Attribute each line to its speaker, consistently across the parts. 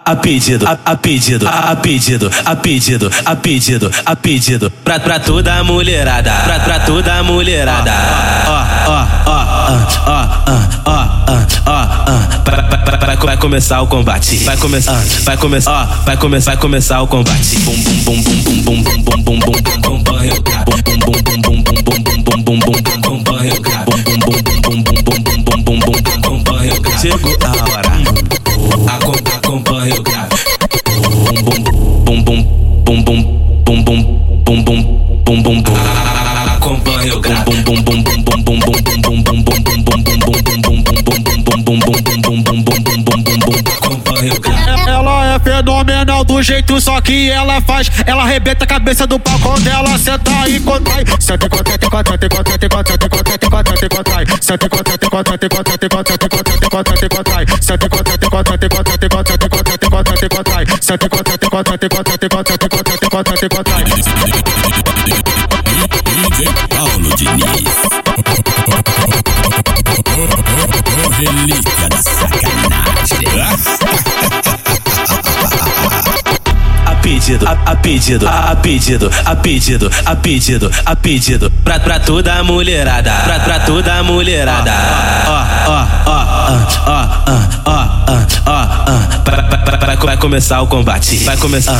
Speaker 1: a pedido pra toda mulherada, pra toda mulherada. Vai começar o combate, vai começar o combate. Bum bum bum bum bum bum bum bum bum bum bum bum eu gravo. Bum bum bum bum bum bum bum bum bum bum bum bum eu gravo. Bum bum bum bum bum bum bum bum bum bum bum bum eu gravo. Chegou a hora, acompanha o gravo. Bum bum bum bum bum bum bum bum bum bum bum bum. Acompanha o gravo. Bum bum bum bum bum bum bum bum bum bum bum bum bum bum bum.
Speaker 2: Ela é fenomenal do jeito só que ela faz. Ela arrebenta a cabeça do pau quando ela senta e contrai. Senta e contrai, contrai. Senta e contrai, contrai. Senta e contrai, contrai. Senta e contrai, contrai.
Speaker 3: DJ Paulo Diniz. Relíquia da sacanagem.
Speaker 1: A pedido pra toda mulherada, pra toda mulherada. Vai começar o combate, vai começar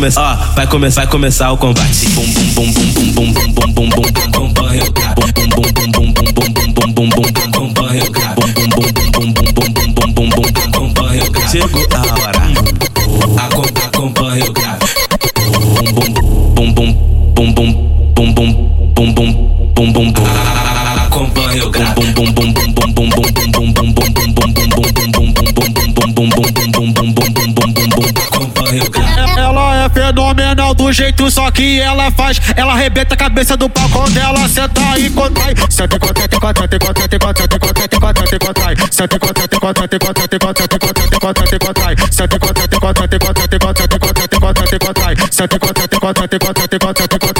Speaker 1: o combate. Bum bum bum bum bum bum bum bum bum bum bum bum eu gravo. Bum bum bum bum bum bum bum bum bum bum bum eu gravo. Bum bum bum bum bum bum bum bum bum bum eu gravo. Chegou a hora, acompanha o gravo. Bum bum bum bum bum bum bum bum bum bum bum bum. Acompanha o gravo. Bum bum bum bum bum bum bum bum bum bum bum bum bum bum bum.
Speaker 2: Ela é fenomenal do jeito só que ela faz. Ela arrebenta a cabeça do pau quando ela senta e contrai. Senta e contrai, contrai. Senta e contrai, contrai. Senta e contrai, contrai. Senta e contrai, contrai.